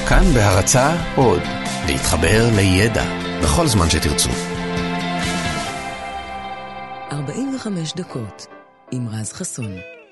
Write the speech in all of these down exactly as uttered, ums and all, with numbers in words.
כאן בהרצאה עוד, להתחבר לידע בכל זמן שתרצו. ארבעים וחמש דקות עם רז חסון.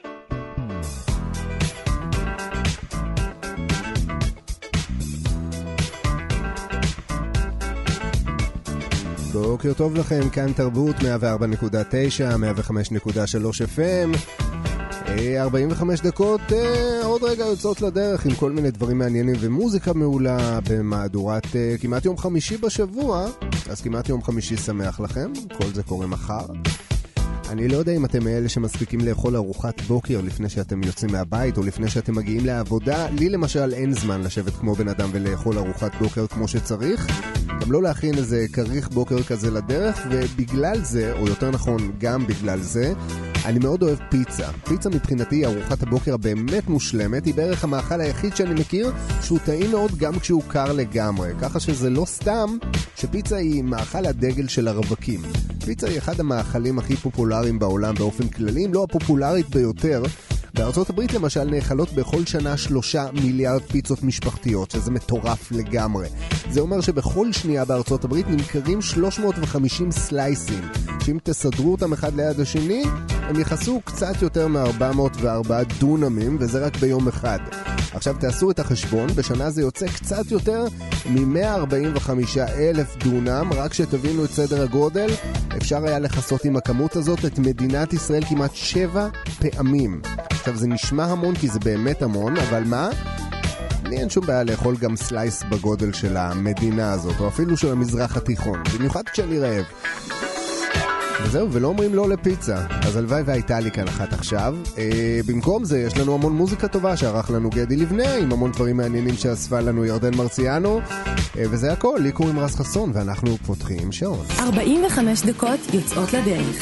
בוקר טוב לכם, כאן תרבות מאה וארבע נקודה תשע, מאה וחמש נקודה שלוש אף אם. ארבעים וחמש דקות, עוד רגע יוצאות לדרך עם כל מיני דברים מעניינים ומוזיקה מעולה במהדורת כמעט יום חמישי בשבוע. אז כמעט יום חמישי שמח לכם, כל זה קורה מחר. אני לא יודע אם אתם מאלה שמספיקים לאכול ארוחת בוקר לפני שאתם יוצאים מהבית או לפני שאתם מגיעים לעבודה. לי למשל אין זמן לשבת כמו בן אדם ולאכול ארוחת בוקר כמו שצריך, גם לא להכין איזה כריך בוקר כזה לדרך, ובגלל זה, או יותר נכון גם בגלל זה, אני מאוד אוהב פיצה. פיצה מבחינתי היא ארוחת הבוקר הבאמת מושלמת, היא בערך המאכל היחיד שאני מכיר שהוא טעים מאוד גם כשהוא קר לגמרי, ככה שזה לא סתם שפיצה היא מאכל הדגל של הרווקים. פיצה היא אחד המאכלים הכי פופולריים בעולם באופן כללי, אם לא הפופולרית ביותר. בארצות הברית למשל נאכלות בכל שנה שלושה מיליארד פיצות משפחתיות, שזה מטורף לגמרי. זה אומר שבכל שנייה בארצות הברית נמכרים שלוש מאות וחמישים סלייסים, שאם תסדרו אותם אחד ליד השני, הם יחסו קצת יותר מ-ארבע מאות וארבעה דונמים, וזה רק ביום אחד. עכשיו תעשו את החשבון, בשנה זה יוצא קצת יותר מ-מאה ארבעים וחמישה אלף דונם, רק שתבינו את סדר הגודל, אפשר היה לחסות עם הכמות הזאת את מדינת ישראל כמעט שבע פעמים. עכשיו זה נשמע המון כי זה באמת המון, אבל מה? לי אין שום בעיה לאכול גם סלייס בגודל של המדינה הזאת, או אפילו של המזרח התיכון, במיוחד כשאני רעב. וזהו, ולא אומרים לא לפיצה. אז הלוואי והייתה לי כאן אחת עכשיו. אה, במקום זה יש לנו המון מוזיקה טובה שערך לנו גדי לבנה, עם המון דברים מעניינים שאספה לנו ירדן מרציאנו, אה, וזה הכל, לי קוראים רז חסון, ואנחנו פותחים שעון. ארבעים וחמש דקות יוצאות לדרך.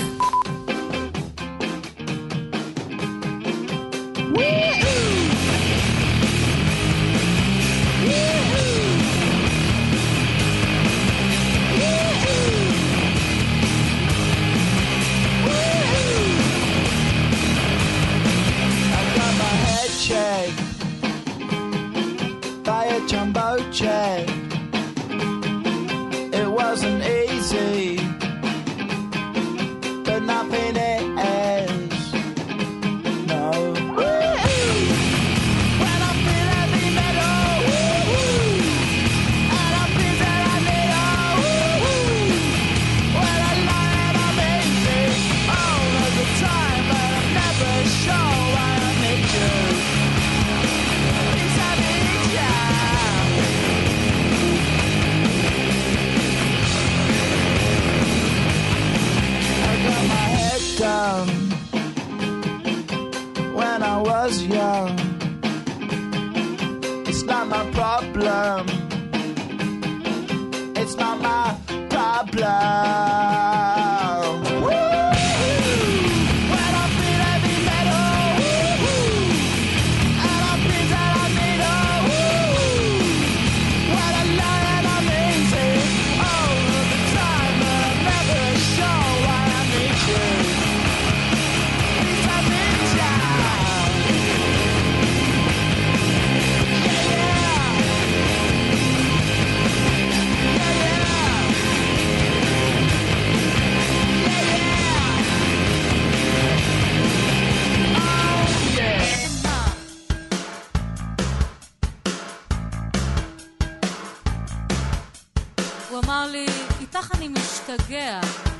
It wasn't easy, but nothing is. No. When I feel heavy metal, and I feel that I need a when I lie and I'm easy all of the time, but I'm never sure why I need you. Please I need you. Down when I was young, it's not my problem, it's not my problem. When I feel heavy metal, and I feel that I need a when I lie and I'm easy all of the time, but I'm never sure why I need you. איתך אני משתגע,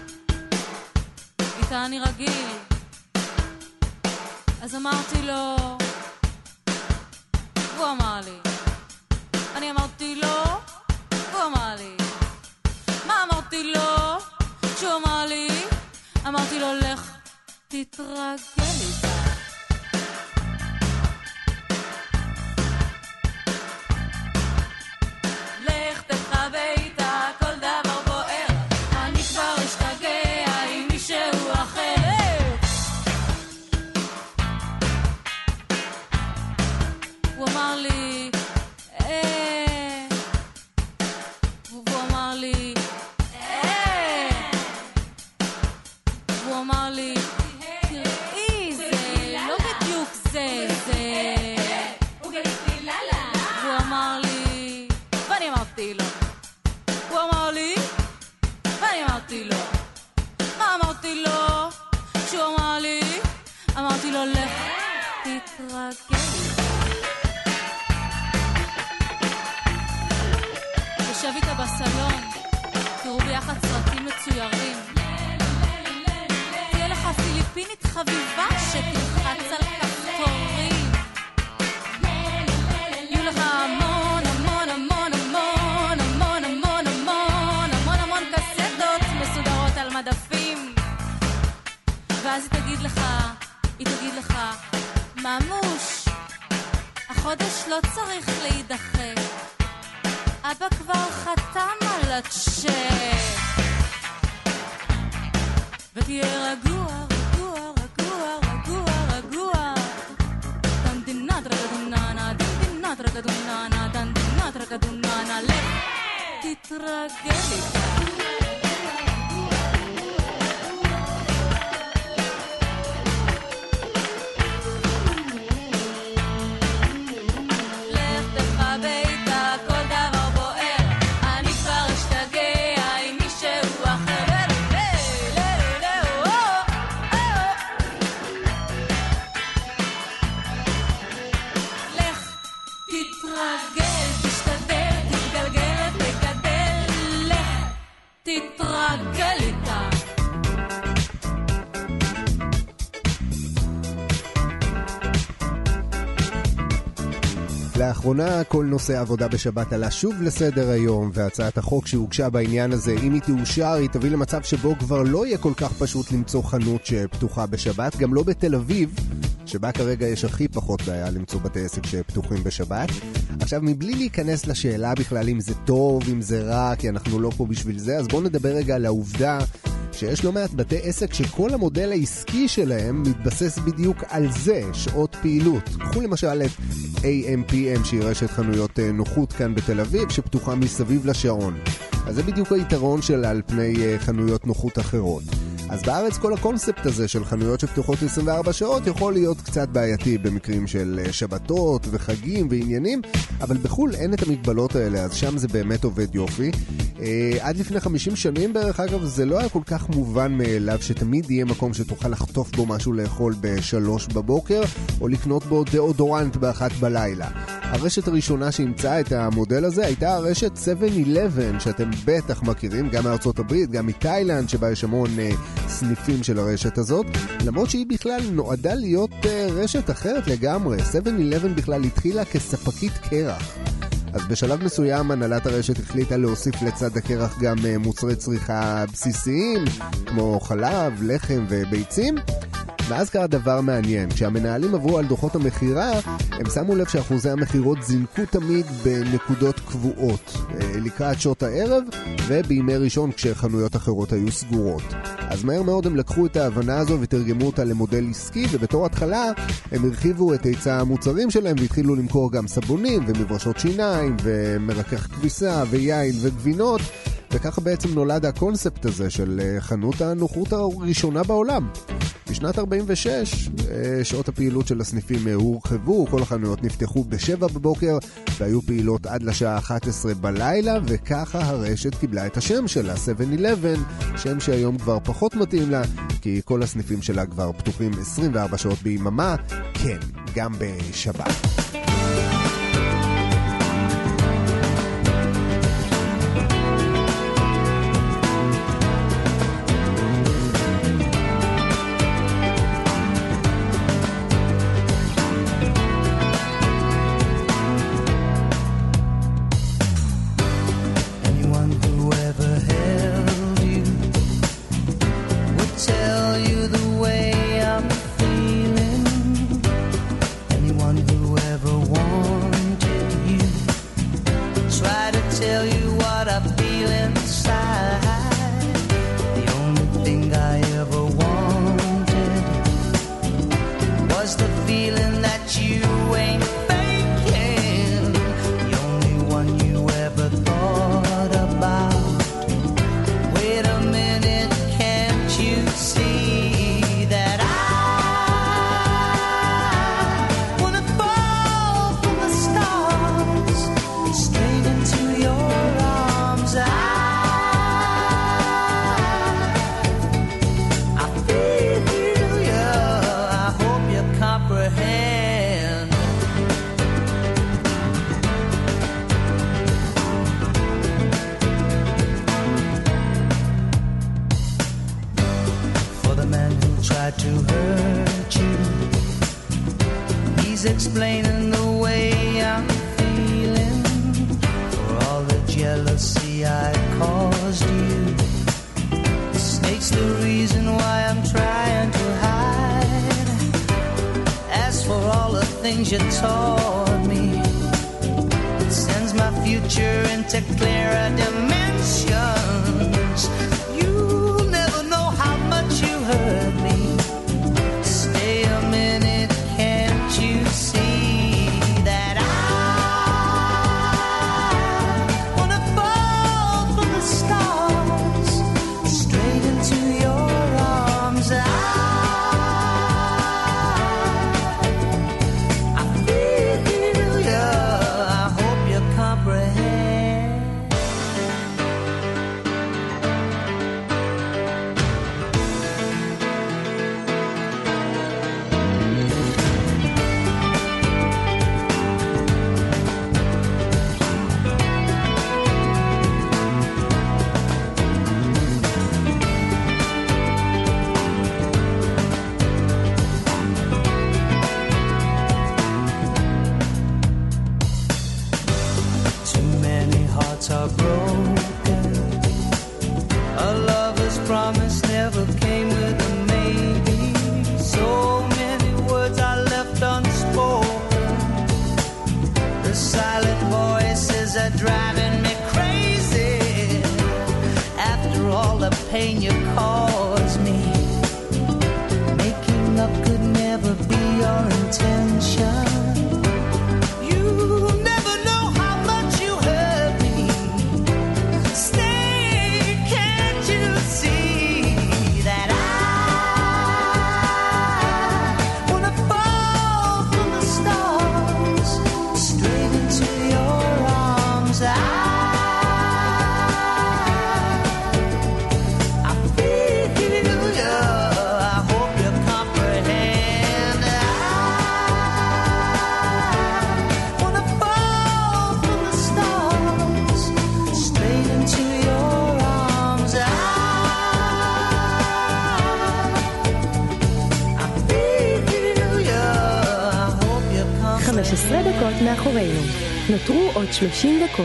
איתה אני רגיל. אז אמרתי לו, הוא אמר לי, אני אמרתי לו, הוא אמר לי, מה אמרתי לו? שהוא אמר לי, אמרתי לו, לך תתרגל איתה. לך תחווה איתה כל דבר בוער, אני כבר אשתגע עם מישהו אחר. הוא אמר לי, אה, והוא אמר לי, אה, והוא אמר לי, תראי זה שב איתה בסלון, תראו ביחד סרטים מצוירים. תהיה לך פיליפינית חביבה שתלחץ על כפתורים. יהיו לך המון המון המון המון המון המון המון המון המון קסטות מסודרות על מדפים. ואז היא תגיד לך, היא תגיד לך, ממוש, החודש לא צריך להידחה, אבא כבר חתם על הצ'ק. ותהיה רגוע, רגוע, רגוע, רגוע, רגוע. דנדינת רגדוננה, דנדינת רגדוננה, דנדינת רגדוננה, לך תתרגל איתה. לאחרונה כל נושא העבודה בשבת עלה שוב לסדר היום, והצעת החוק שהוגשה בעניין הזה, אם היא תאושר, היא תביא למצב שבו כבר לא יהיה כל כך פשוט למצוא חנות שפתוחה בשבת, גם לא בתל אביב, שבה כרגע יש הכי פחות בעיה למצוא בתי עסק שפתוחים בשבת. עכשיו, מבלי להיכנס לשאלה בכלל אם זה טוב, אם זה רע, כי אנחנו לא פה בשביל זה, אז בואו נדבר רגע על העובדה שיש לא מעט בתי עסק שכל המודל העסקי שלהם מתבסס בדיוק על זה, שעות פעילות. קחו למשל את איי אם פי אם, שהיא רשת חנויות נוחות כאן בתל אביב, שפתוחה מסביב לשעון. אז זה בדיוק היתרון שלה על פני חנויות נוחות אחרות. אז בארץ כל הקונספט הזה של חנויות שפתוחות עשרים וארבע שעות יכול להיות קצת בעייתי במקרים של שבתות וחגים ועניינים, אבל בחול אין את המגבלות האלה, אז שם זה באמת עובד יופי. עד לפני חמישים שנים בערך, אגב, זה לא היה כל כך מובן מאליו שתמיד יהיה מקום שתוכל לחטוף בו משהו לאכול בשלוש בבוקר, או לקנות בו דאודורנט באחת בלילה. הרשת הראשונה שהמצאה את המודל הזה הייתה הרשת שבע אלף, שאתם בטח מכירים, גם מארצות הברית, גם מתאילנד, שבה יש המון סניפים של הרשת הזאת, למרות שהיא בכלל נועדה להיות רשת אחרת לגמרי. שבע אלף בכלל התחילה כספקית קרח. אז בשלב מסוים הנהלת הרשת החליטה להוסיף לצד הקרח גם מוצרי צריכה בסיסיים, כמו חלב, לחם וביצים. ואז קרה דבר מעניין, כשהמנהלים עברו על דוחות המחירה, הם שמו לב שאחוזי המחירות זינקו תמיד בנקודות קבועות, לקראת שעות הערב ובימי ראשון כשחנויות אחרות היו סגורות. אז מהר מאוד הם לקחו את ההבנה הזו ותרגמו אותה למודל עסקי, ובתור התחלה הם הרחיבו את היצע המוצרים שלהם והתחילו למכור גם סבונים ומברשות שיניים ומרכך כביסה ויין וגבינות, וככה בעצם נולד הקונספט הזה של חנות הנוחות הראשונה בעולם. בשנת ארבעים ושש, שעות הפעילות של הסניפים הורחבו, כל החנויות נפתחו בשבע בבוקר והיו פעילות עד לשעה אחת עשרה בלילה, וככה הרשת קיבלה את השם שלה, שבע אלף, שם שהיום כבר פחות מתאים לה, כי כל הסניפים שלה כבר פתוחים עשרים וארבע שעות ביממה, כן, גם בשבת. Straight into your arms, I I caused you. The snake's the reason why I'm trying to hide. As for all the things you taught me, it sends my future into clearer dimensions. You'll never know how much you hurt me. Stay a minute, can't you see? Pain you caused me. Making up could never be your intention. You never know how much you hurt me. Stay, can't you see that I wanna fall from the stars straight into your arms? I חמש עשרה דקות מאחורינו. נותרו עוד שלושים דקות.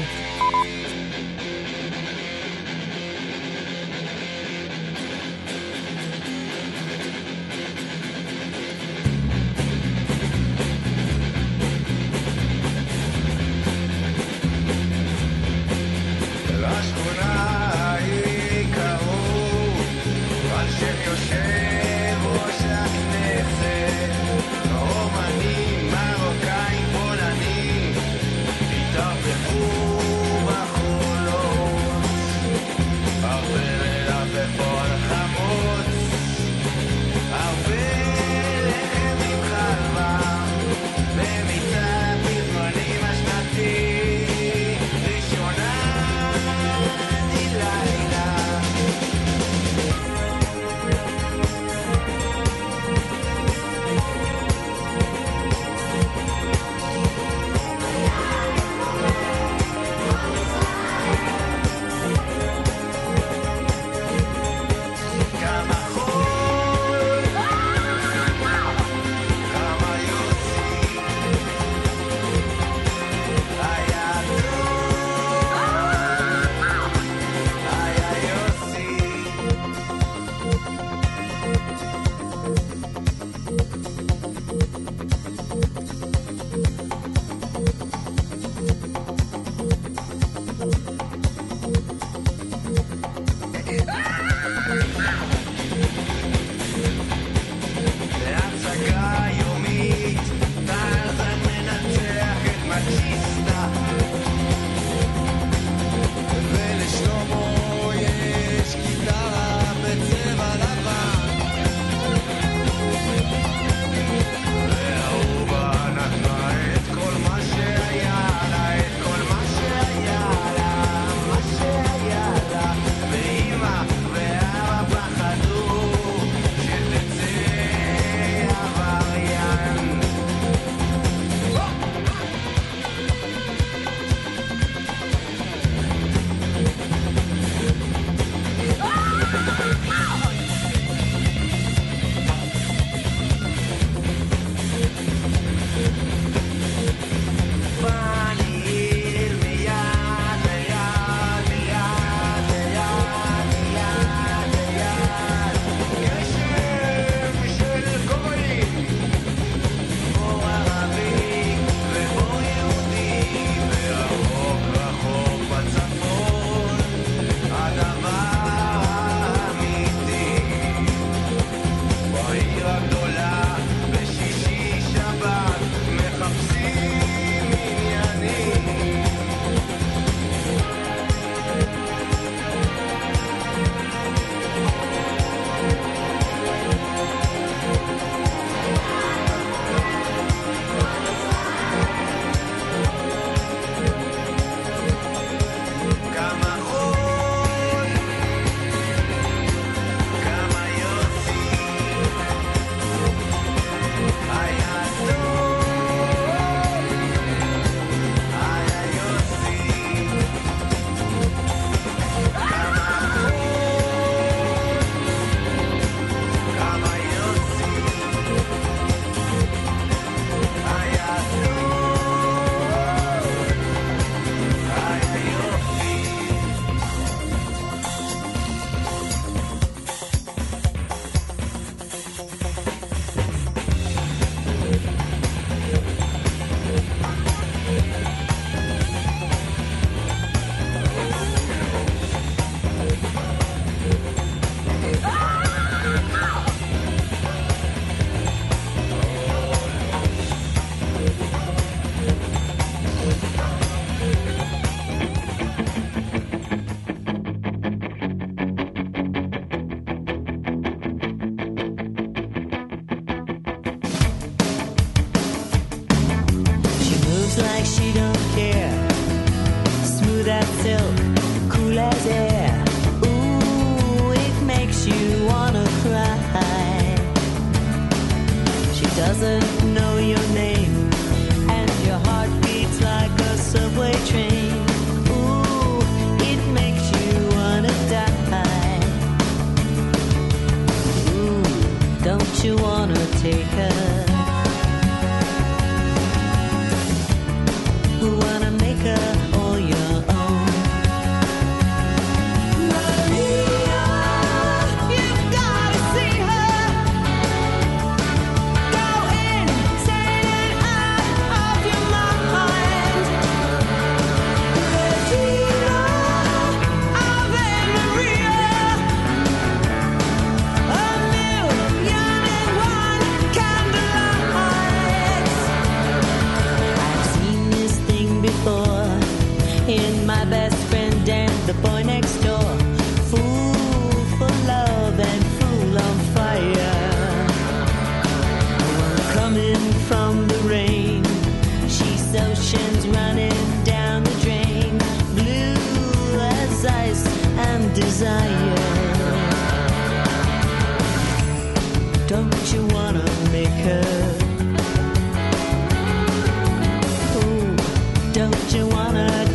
Mרוקאים פולנים, התערבבו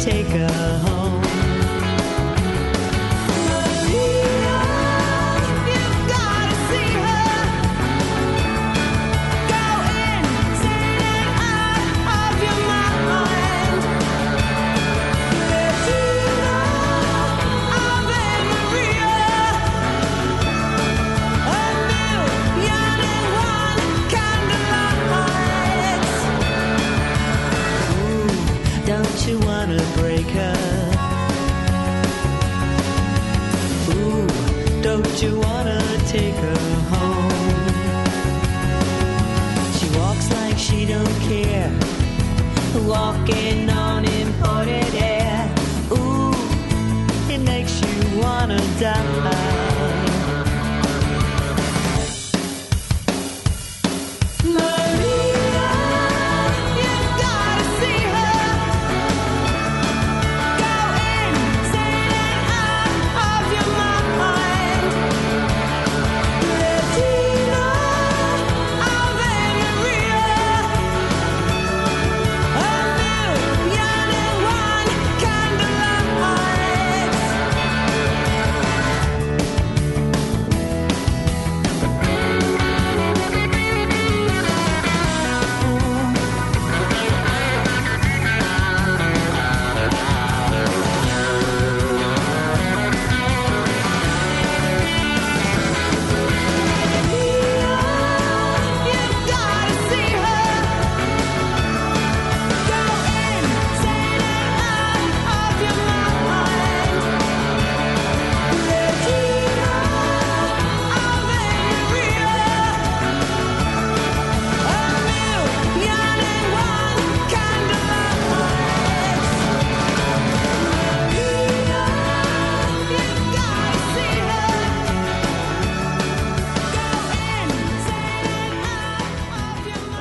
take her home. Maria, you've gotta see her. Go insane out of your mind. Bettina, Ave Maria, a million and one candlelights. Ooh, don't you wanna break her? Ooh, don't you wanna take her home? She walks like she don't care, walking on imported air. Ooh, it makes you wanna die. Maria, you've gotta see her. Go insane out of your mind. Bettina, Ave Maria, a million and one candlelights. You've gotta see her. Go insane out of your mind. Bettina, Ave Maria, a million and one candlelights. Maria, you've gotta see her. Go insane out of your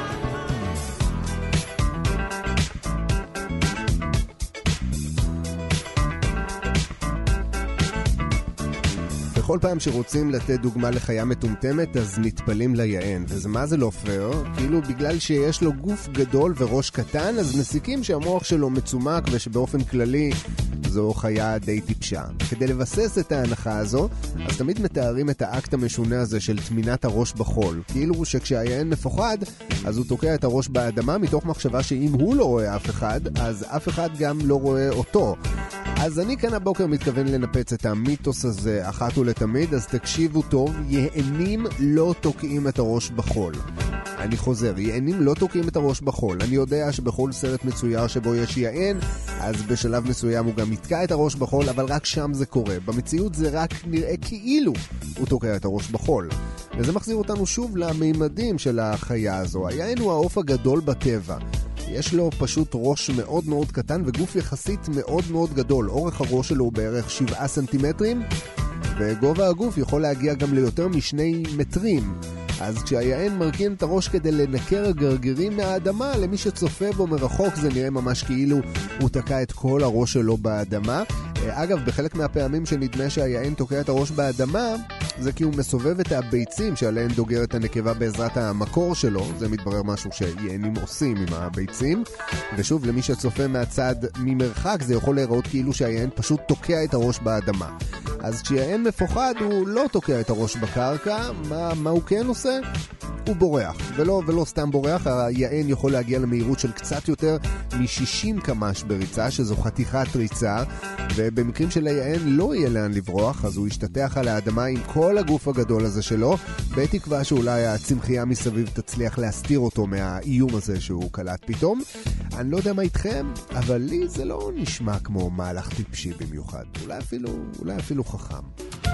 בכל פעם שרוצים לתת דוגמה לחיה מטומטמת, אז נטפלים ליען. וזה מה זה לא פייר? כאילו בגלל שיש לו גוף גדול וראש קטן, אז מסיקים שהמוח שלו מצומק ושבאופן כללי זו חיה די טיפשה. כדי לבסס את ההנחה הזו, אז תמיד מתארים את האקט המשונה הזה של תמינת הראש בחול. כאילו שכשהיען מפוחד, אז הוא תוקע את הראש באדמה מתוך מחשבה שאם הוא לא רואה אף אחד, אז אף אחד גם לא רואה אותו. אז אני כאן הבוקר מתכוון לנפץ את המיתוס הזה אחת ולתמיד, אז תקשיבו טוב, יענים לא תוקעים את הראש בחול. אני חוזר, יענים לא תוקעים את הראש בחול. אני יודע שבכל סרט מצויר שבו יש יען, אז בשלב מסוים הוא גם יתקע את הראש בחול, אבל רק שם זה קורה. במציאות זה רק נראה כאילו הוא תוקע את הראש בחול. וזה מחזיר אותנו שוב למימדים של החיה הזו. היען הוא העוף הגדול בטבע. יש לו פשוט ראש מאוד מאוד קטן וגוף יחסית מאוד מאוד גדול. אורך הראש שלו הוא בערך שבעה סנטימטרים, וגובה הגוף יכול להגיע גם ליותר משני מטרים. אז כשהיען מרכין את הראש כדי לנקר גרגירים מהאדמה, למי שצופה בו מרחוק זה נראה ממש כאילו הוא תקע את כל הראש שלו באדמה. אגב, בחלק מהפעמים שנדמה שהיען תוקע את הראש באדמה, זה כי הוא מסובב את הביצים שעליהן דוגרת הנקבה בעזרת המקור שלו. זה מתברר משהו שיענים עושים עם הביצים. ושוב, למי שצופה מהצד ממרחק, זה יכול להיראות כאילו שהיען פשוט תוקע את הראש באדמה. אז כשיען מפוחד הוא לא תוקע את הראש בקרקע. מה, מה הוא כן עושה? הוא בורח. ולא, ולא סתם בורח, היען יכול להגיע למהירות של קצת יותר מ-שישים קמ"ש בריצה, שזו חתיכת ריצה, ובמקרים של היען לא יהיה לאן לברוח, אז הוא ישתתח על האדמה עם כל הגוף הגדול הזה שלו, בתקווה שאולי הצמחייה מסביב תצליח להסתיר אותו מהאיום הזה שהוא קלט פתאום. אני לא יודע מה איתכם, אבל לי זה לא נשמע כמו מהלך טיפשי במיוחד. אולי אפילו, אולי אפילו חכם.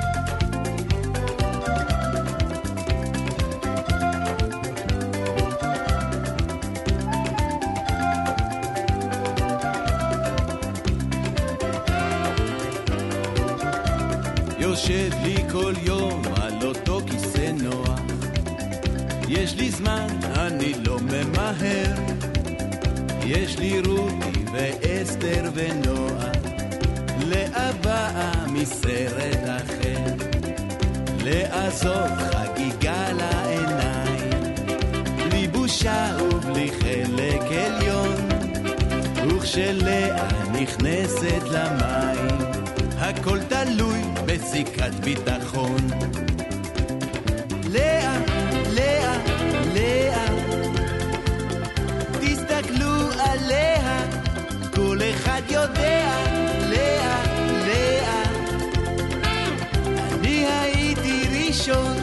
יושב לי כל יום על אותו כיסא נוח, יש לי זמן, אני לא ממהר, יש לי רותי ואסתר ונועה, לאבאה מסרט אחר, לעזוב חגיגה לעיניים, בלי בושה ובלי חלק עליון, וכשלאה נכנסת למים, הכל תלוי בסיכת ביטחון. לאה, לאה, לאה, תסתכלו עליה, כל אחד יודע, לאה, לאה, אני הייתי ראשון.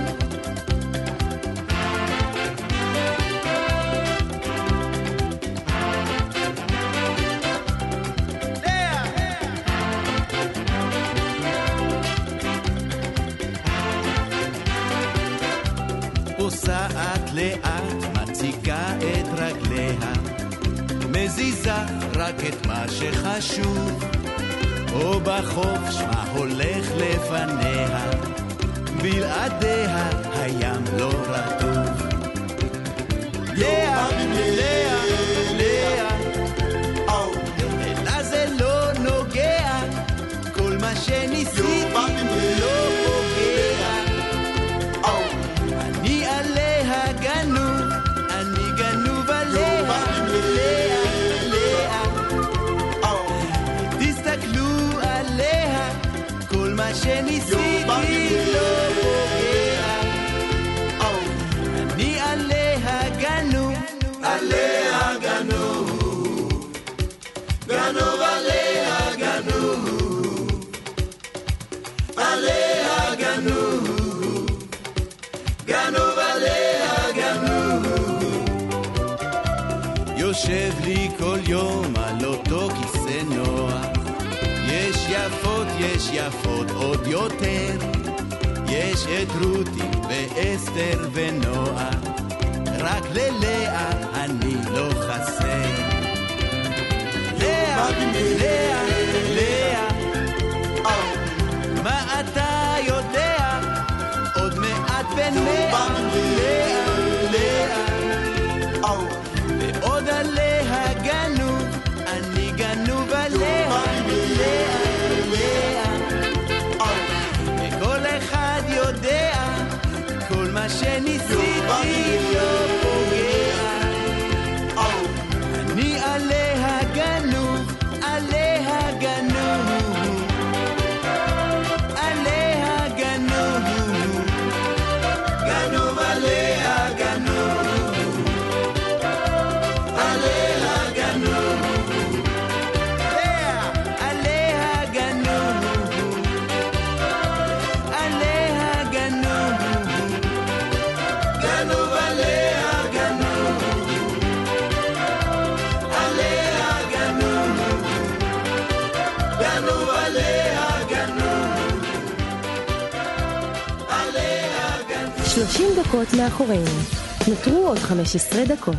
פוסעת לאט, מציקה את רגליה, מזיזה רק את מה שחשוב, או בחוף שמה הולך לפניה, בלעדיה הים לא רטוב. לאה, לאה, לאה, אלא זה לא נוגע, כל מה שניסיתי לא פוגע. אני עליה גנוב, אני גנוב עליה, לאה, לאה, תסתכלו עליה, כל מה שניסיתי לא פוגע. אני עליה גנוב, עליה גנוב, גנוב עליה גנוב, עליה גנוב, גנוב עליה גנוב. יושב לי כל יום על אותו כיסא נוח, יש יפות, יש יפות עוד יותר, יש את רותי ואסתר ונועה, רק ללאה אני לא חסר. לאה, לאה, לאה, מה אתה יודע? עוד מעט בן מאה, לאה, לאה, ועוד עליה גנוב, אני גנוב עליה, לאה, לאה, וכל אחד יודע, כל מה שניסיתי לא פוגע. אני עליה גנוב, עליה גנוב, עליה גנוב, גנוב עליה גנוב, עליה גנוב, עליה גנוב, עליה גנוב, גנוב עליה גנוב, עליה גנוב, גנוב עליה גנוב, עליה גנוב. שלושים דקות מאחורינו. נותרו עוד חמש עשרה דקות.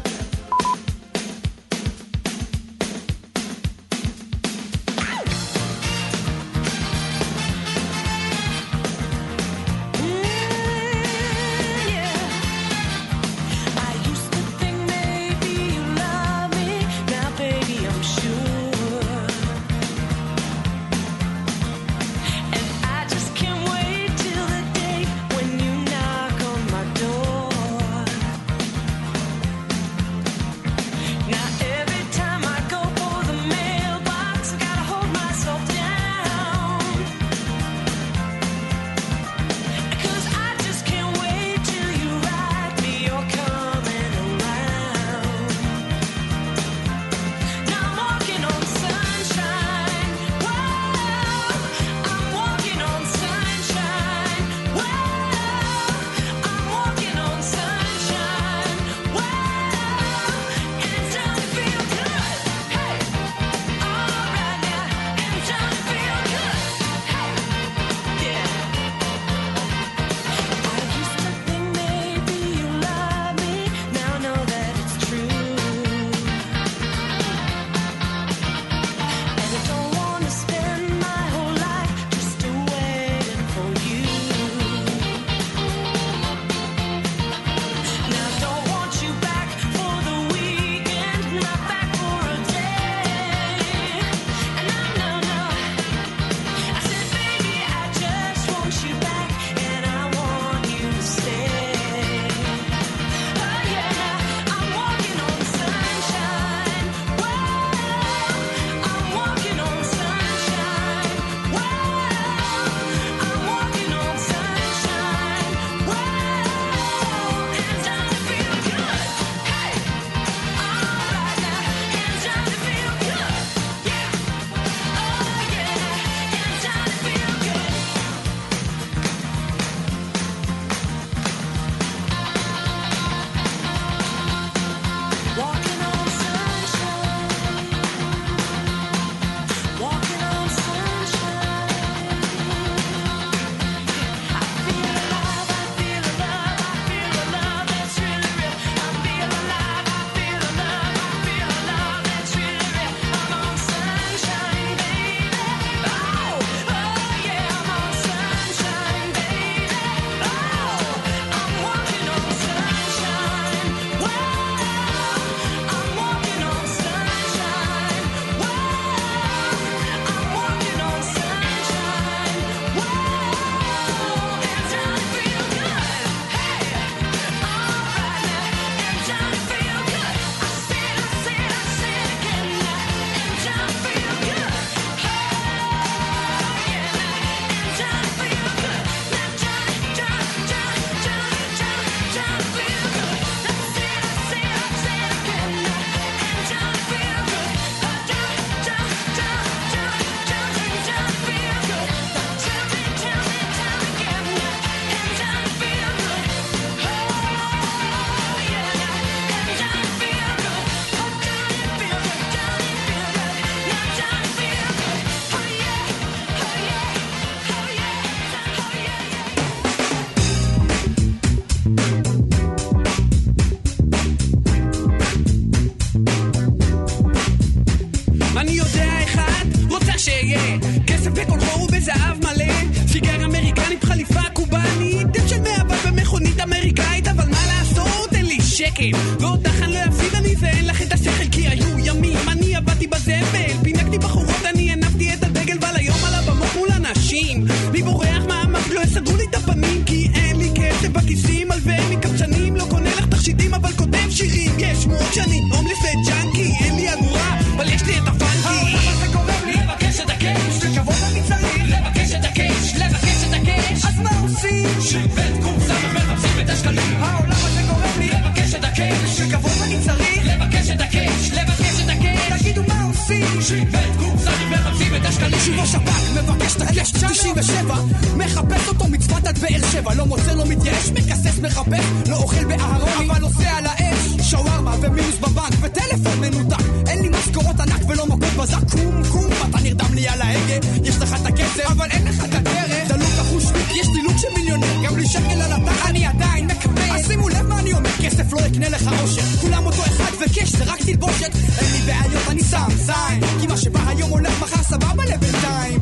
יא כסף בכל חור ובזהב מלא סיגר אמריקנית חליפה קובנית דף של מעבר במכונית אמריקאית אבל מה לעשות אין לי שקל ואותך אני לא אפסיד אני זה אין לך את השכל כי היו ימים אני עבדתי בזבל פינקתי בחורות אני הנפתי את הדגל ועל היום על הבמות מול אנשים אני בורח מהמק לא יסגרו לי את הפנים כי אין לי כסף בכיסים הלווה מקפצנים לא קונה לך תכשיטים אבל כותב שירים יש שמועות שאני הומלס וג'אנקי אין לי אגורה אבל יש לי את הפנקי העולם הזה גורם לי לבקש את הקש וכבוד אני צריך לבקש את הקש לבקש את הקש אז מה עושים? שבט קורסה ומחפשים את השקלים העולם הזה גורם לי לבקש את הקש וכבוד אני צריך לבקש את הקש לבקש את הקש תגידו מה עושים? שבט קורסה ומחפשים את השקלים שוב השב"כ מבקש את הקש תשעים ושבע מחפש אותו מצוות עד באר שבע לא מוצא לא מתייאש מקסס מחפש לא אוכל באהרון אבל עושה על האש שווארמה ומינוס בבנק וטלפון מנותק אין לי משכורות ענק ולא מכות בזק קום קום אתה נרדם לי על ההגה יש לך את הכסף אבל אין לך את הדרך דלוק החושביק יש לי לוק של מיליונר גם לי שקל על התח אני עדיין מקבל אז שימו לב מה אני אומר כסף לא יקנה לך אושר כולם אותו אחד וקש זה רק תלבושת אין לי בעיות אני שם זין כי מה שבא היום הולך מחר סבבה לבינתיים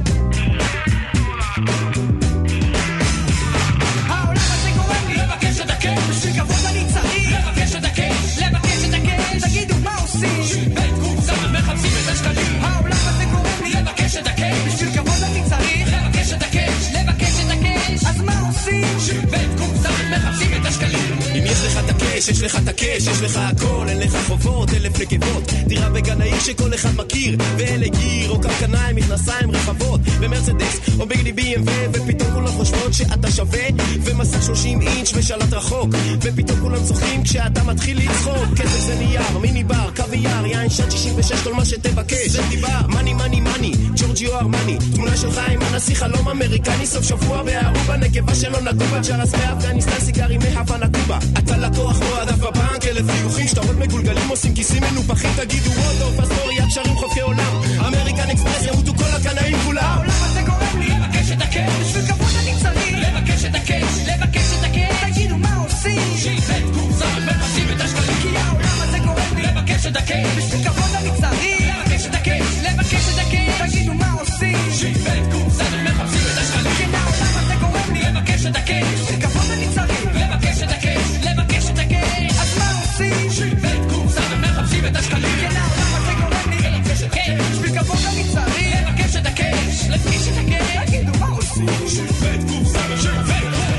העולם הזה גורם לי לבקש את הקש בשביל כבוד אני צריך לבקש את הקש לבקש את הקש תגידו מה עושים שבט קורסה ומחפשים את השקלים העולם הזה גורם לי לבקש את הקש בשביל כבוד אני צריך לבקש את הקש לבקש את הקש אז מה עושים שבט קורסה ומחפשים את השקלים אם יש לך את הקש יש לך את הקש יש לך הכל אין לך חובות אלף נקבות דירה בגן העיר שכל אחד מכיר ואלה גיר או קרקניים מכנסיים רחבות במרצדס או בגדי בי אם דאבליו ופתאום כולם חושבות שאתה שווה ומסך שלושים אינץ' ושלט רחוק ופתאום כולם צוחקים כשאתה מתחיל לצחוק כסף זה נייר, מיני בר, קוויאר יין שעת שישים ושש כל מה שתבקש זה דיבר, מני מני מני ג'ורג'יו ארמני תמונה שלך עם הנשיא חלום אמריקני סוף שבוע בארובה נקבה שלא נגובה ג'רס מאפגניסטן סיגרי מהוונה קובה אתה לקוח או עדף בבנק אלף חיוכים שטרות מגולגלים עושים כיסים מנופחים תגידו וודו פסטוריה קשרים חופי עולם אמריקן אקספרס ימותו כל הקנאים כולם העולם הזה גורם לי לבקש את הקש בשביל כבוד אני צריך לבקש את הקש לבקש את הקש תגידו מה עושים שבט קורסה ומחפשים את השקלים כי העולם הזה גורם לי לבקש את הקש בשביל כבוד אני צריך לבקש את הקש לבקש את הקש תגידו מה עושים שבט קורסה ומחפשים את השקלים כי העולם הזה גורם לי לבקש את הקש בשביל כבוד אני צריך לבקש את הקש לבקש את הקש אז מה עושים שבט קורסה ומחפשים את השקלים כי העולם הזה גורם לי לבקש את הקש בשביל כבוד אני צריך לבקש את הקש לבקש את הקש תגידו מה עושים שבט קורסה ובט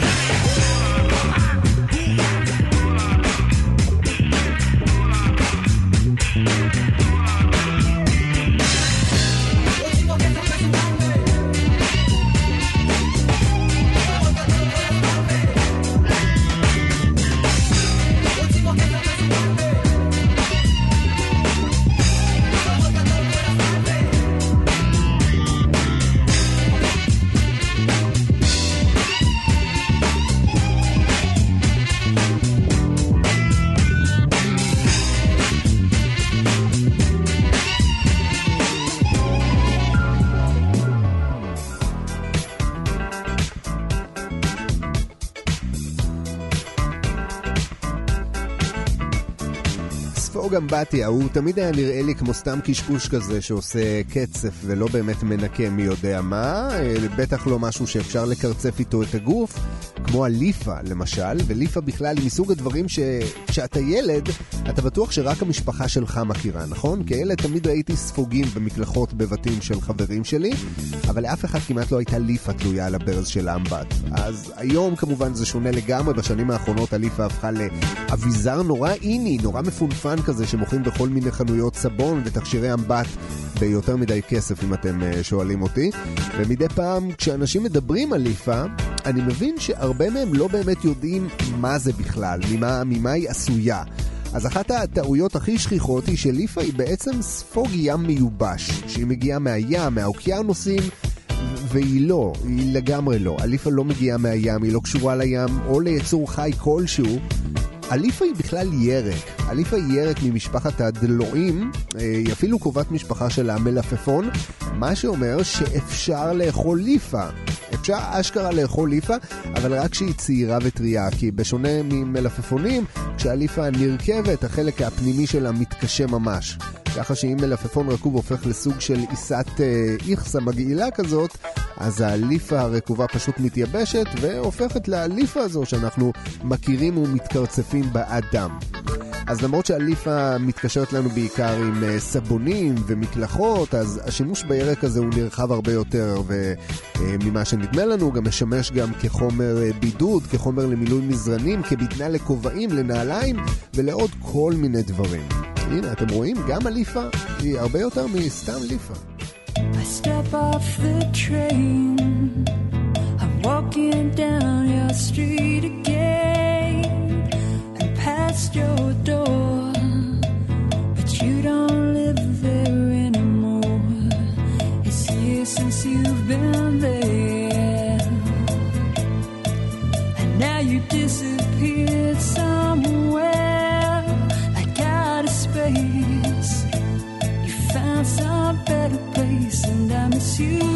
אמבטיה, הוא תמיד היה נראה לי כמו סתם קשקוש כזה שעושה קצף ולא באמת מנקה מי יודע מה, בטח לא משהו שאפשר לקרצף איתו את הגוף, כמו הליפה למשל, וליפה בכלל היא מסוג הדברים שכשאתה ילד, אתה בטוח שרק המשפחה שלך מכירה, נכון? כילד תמיד ראיתי ספוגים במקלחות בבתים של חברים שלי, אבל לאף אחד כמעט לא הייתה ליפה תלויה על הברז של האמבט. אז היום כמובן זה שונה לגמרי, בשנים האחרונות הליפה הפכה לאביזר נורא איני, נורא מפונפן כזה שמוכרים בכל מיני חנויות סבון ותכשירי אמבט ביותר מדי כסף אם אתם שואלים אותי. ומדי פעם כשאנשים מדברים על ליפה, אני מבין שהרבה מהם לא באמת יודעים מה זה בכלל, ממה, ממה היא עשויה. אז אחת הטעויות הכי שכיחות היא שליפה היא בעצם ספוג ים מיובש, שהיא מגיעה מהים, מהאוקיינוסים, והיא לא, היא לגמרי לא. הליפה לא מגיעה מהים, היא לא קשורה לים או ליצור חי כלשהו. הליפה היא בכלל ירק. הליפה היא ירק ממשפחת הדלועים, היא אפילו קרובת משפחה של המלפפון, מה שאומר שאפשר לאכול ליפה. אפשר אשכרה לאכול ליפה, אבל רק שהיא צעירה וטריה, כי בשונה ממלפפונים, כשהליפה נרכבת, החלק הפנימי שלה מתקשה ממש. ככה שאם מלפפון רקוב הופך לסוג של עיסת איכסה מגעילה כזאת, אז הליפה הרקובה פשוט מתייבשת והופכת להליפה הזו שאנחנו מכירים ומתקרצפים באדם. אז למרות שהליפה מתקשרת לנו בעיקר עם סבונים ומקלחות, אז השימוש בירק הזה הוא נרחב הרבה יותר, וממה שנדמה לנו גם משמש גם כחומר בידוד, כחומר למילוי מזרנים, כבטנה לכובעים, לנעליים ולעוד כל מיני דברים. הנה, אתם רואים, גם הליפה היא הרבה יותר מסתם ליפה. I step off the train, I'm walking down your street again, and past your door, but you don't live there anymore. It's years since you've been there, and now you disappeared somewhere, like out of space. You found some better place, and I miss you,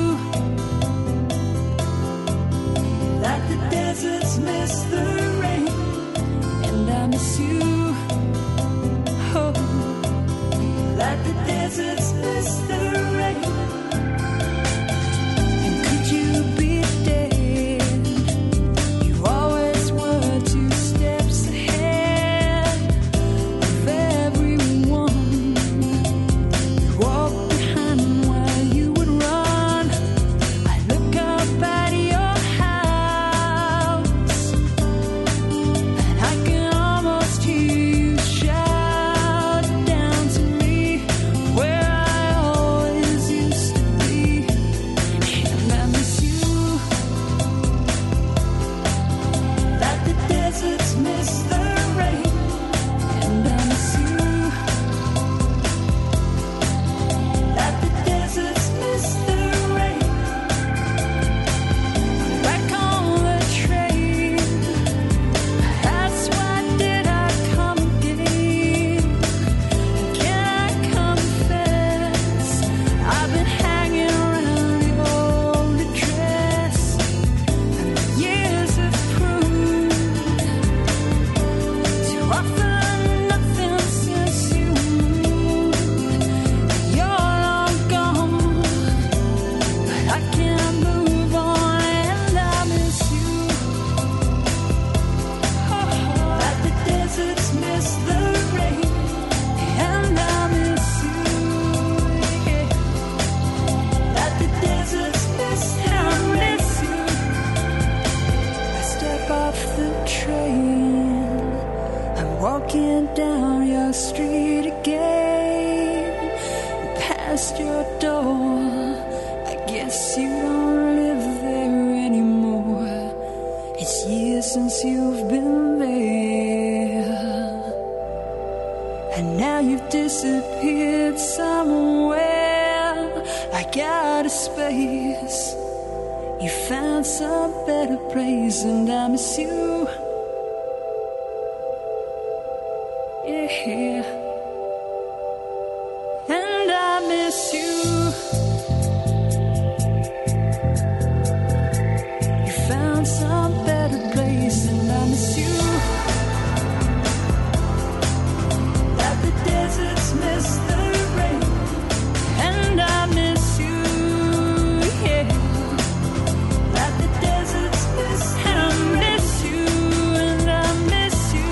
like the deserts miss the rain. And I miss you, oh, like the deserts miss the rain. And could you be dead? You always were two steps ahead of everyone. You walked behind while you would run. I look up at your house, and I can almost hear you shout down to me where I always used to be. And I miss you, like the deserts miss the rain. And I miss you, like the deserts miss the rain. Back on the train, that's why did I come again? Can I confess, I've been hanging around your old address, and the years have proved to offer nothing since you moved. You're long gone, but I can't move on, and I miss you, like the deserts miss the rain. And I miss you, yeah, like the deserts miss the rain. I step off the train, I'm walking down your street again, past your door. I guess you don't live there anymore. It's years since you've been there, and now you've disappeared somewhere, like out of space. You found some better place, and I miss you, yeah, and I miss you. You found some better place, and I miss you, like the deserts miss the rain. And I miss you, yeah, like the deserts miss the rain. I miss you, and I miss you,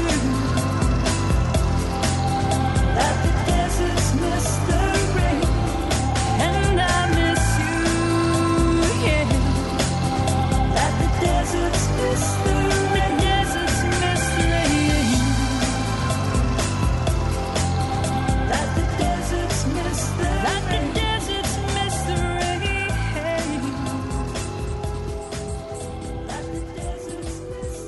like the deserts miss the rain. And I miss you, yeah, like the deserts miss the rain. Deserts miss the rain, like the deserts miss the rain. Like the deserts miss the rain, like the deserts miss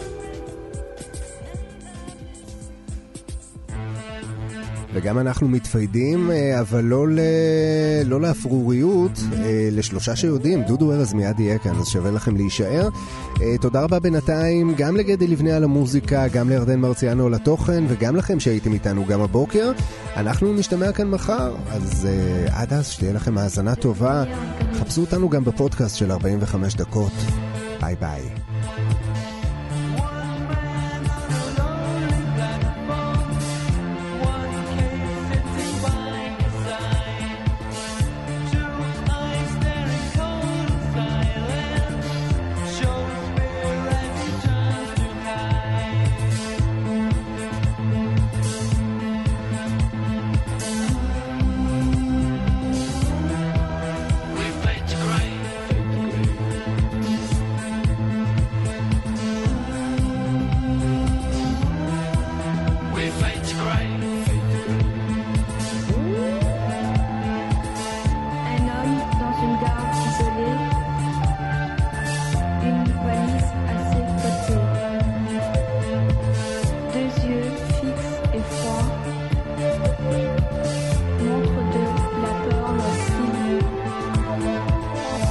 the rain. וגם אנחנו מתפיידים, אבל לא, ל... לא לאפרוריות, לשלושה שיודעים. דודו ארז מיד יהיה כאן, אז שווה לכם להישאר. תודה רבה בינתיים גם לגדי לבנה על המוזיקה, גם לירדן מרציאנו על התוכן, וגם לכם שהייתם איתנו גם הבוקר. אנחנו נשתמע כאן מחר, אז עד אז שתהיה לכם האזנה טובה. חפשו אותנו גם בפודקאסט של ארבעים וחמש דקות. ביי ביי. One man, a lonely black phone, one case sitting by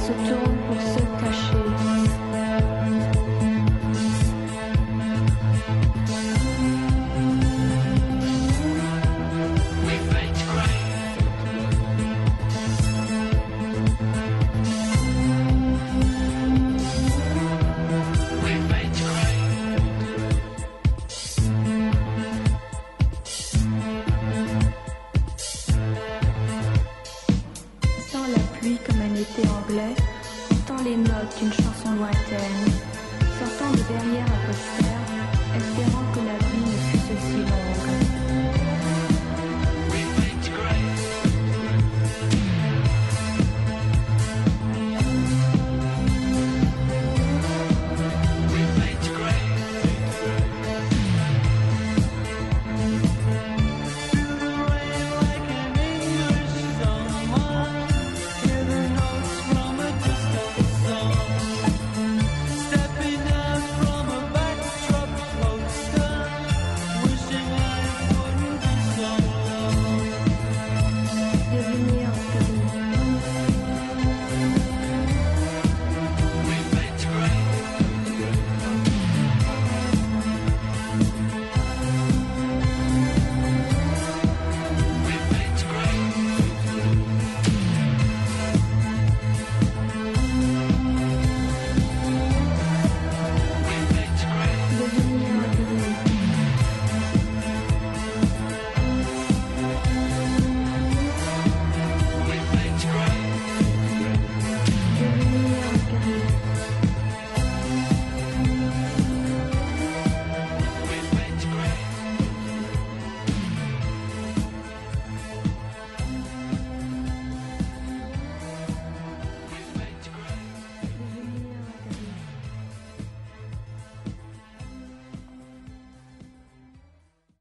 se tournent pour se cacher. Anglais, entend les notes d'une chanson lointaine, sortant de derrière un poster.